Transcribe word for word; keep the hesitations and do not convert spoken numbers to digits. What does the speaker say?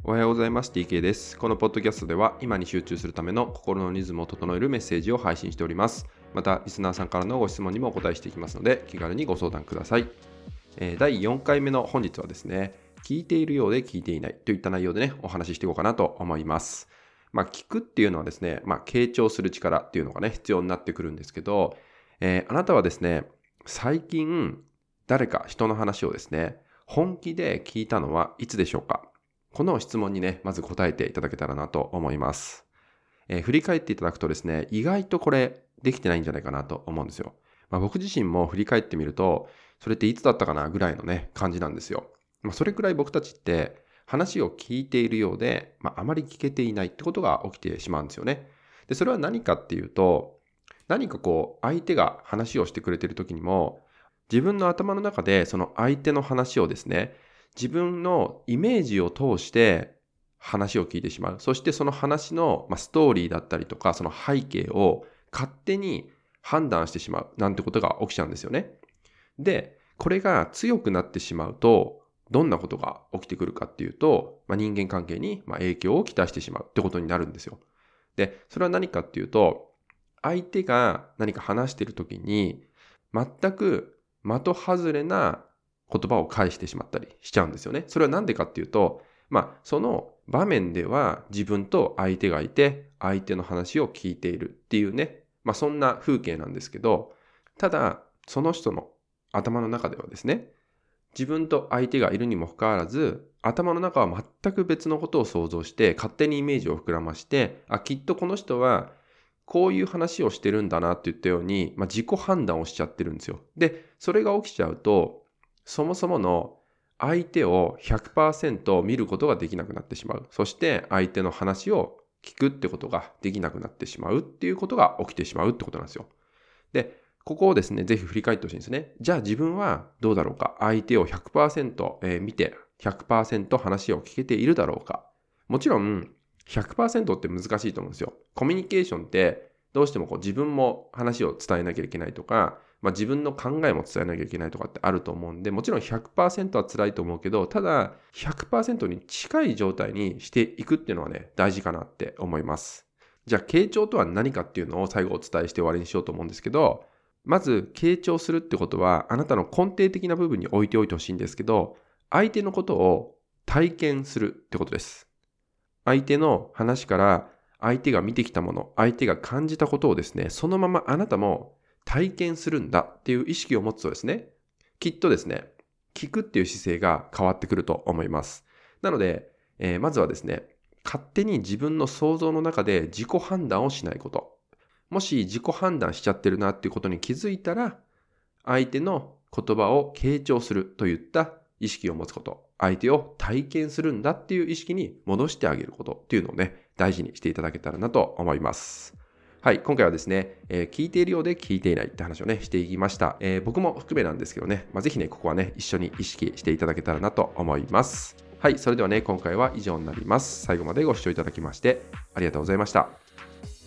おはようございます。 ティーケー です。このポッドキャストでは今に集中するための心のリズムを整えるメッセージを配信しております。またリスナーさんからのご質問にもお答えしていきますので気軽にご相談ください。えー、だいよんかいめの本日はですね、聞いているようで聞いていないといった内容でねお話ししていこうかなと思います。まあ聞くっていうのはですね、まあ傾聴する力っていうのがね必要になってくるんですけど、えー、あなたはですね、最近誰か人の話をですね本気で聞いたのはいつでしょうか。この質問にね、まず答えていただけたらなと思います。えー、振り返っていただくとですね、意外とこれできてないんじゃないかなと思うんですよ。まあ、僕自身も振り返ってみると、それっていつだったかなぐらいのね、感じなんですよ。まあ、それくらい僕たちって話を聞いているようで、まあ、あまり聞けていないってことが起きてしまうんですよね。で、それは何かっていうと、何かこう、相手が話をしてくれている時にも、自分の頭の中でその相手の話をですね、自分のイメージを通して話を聞いてしまう。そしてその話の、まあ、ストーリーだったりとか、その背景を勝手に判断してしまうなんてことが起きちゃうんですよね。で、これが強くなってしまうと、どんなことが起きてくるかっていうと、まあ、人間関係にまあ影響をきたしてしまうってことになるんですよ。で、それは何かっていうと、相手が何か話しているときに、全く的外れな言葉を返してしまったりしちゃうんですよね。それは何でかっていうと、まあ、その場面では自分と相手がいて、相手の話を聞いているっていうね、まあ、そんな風景なんですけど、ただ、その人の頭の中ではですね、自分と相手がいるにもかかわらず、頭の中は全く別のことを想像して、勝手にイメージを膨らまして、あ、きっとこの人はこういう話をしてるんだなって言ったように、まあ、自己判断をしちゃってるんですよ。で、それが起きちゃうと、そもそもの相手を ひゃくパーセント 見ることができなくなってしまう。そして相手の話を聞くってことができなくなってしまうっていうことが起きてしまうってことなんですよ。で、ここをですね、ぜひ振り返ってほしいんですね。じゃあ自分はどうだろうか。相手を ひゃくパーセント 見て ひゃくパーセント 話を聞けているだろうか。もちろん ひゃくパーセント って難しいと思うんですよ。コミュニケーションってどうしてもこう自分も話を伝えなきゃいけないとか、まあ、自分の考えも伝えなきゃいけないとかってあると思うんで、もちろん ひゃくパーセント は辛いと思うけど、ただ ひゃくパーセント に近い状態にしていくっていうのはね、大事かなって思います。じゃあ傾聴とは何かっていうのを最後お伝えして終わりにしようと思うんですけど、まず傾聴するってことはあなたの根底的な部分に置いておいてほしいんですけど、相手のことを体験するってことです。相手の話から相手が見てきたもの、相手が感じたことをですね、そのままあなたも体験するんだっていう意識を持つとですね、きっとですね、聞くっていう姿勢が変わってくると思います。なので、えーまずはですね、勝手に自分の想像の中で自己判断をしないこと。もし自己判断しちゃってるなっていうことに気づいたら、相手の言葉を傾聴するといった意識を持つこと、相手を体験するんだっていう意識に戻してあげることっていうのをね、大事にしていただけたらなと思います。はい、今回はですね、えー聞いているようで聞いていないって話をね、していきました。えー僕も含めなんですけどね、まあ、ぜひね、ここはね、一緒に意識していただけたらなと思います。はい、それではね、今回は以上になります。最後までご視聴いただきましてありがとうございました。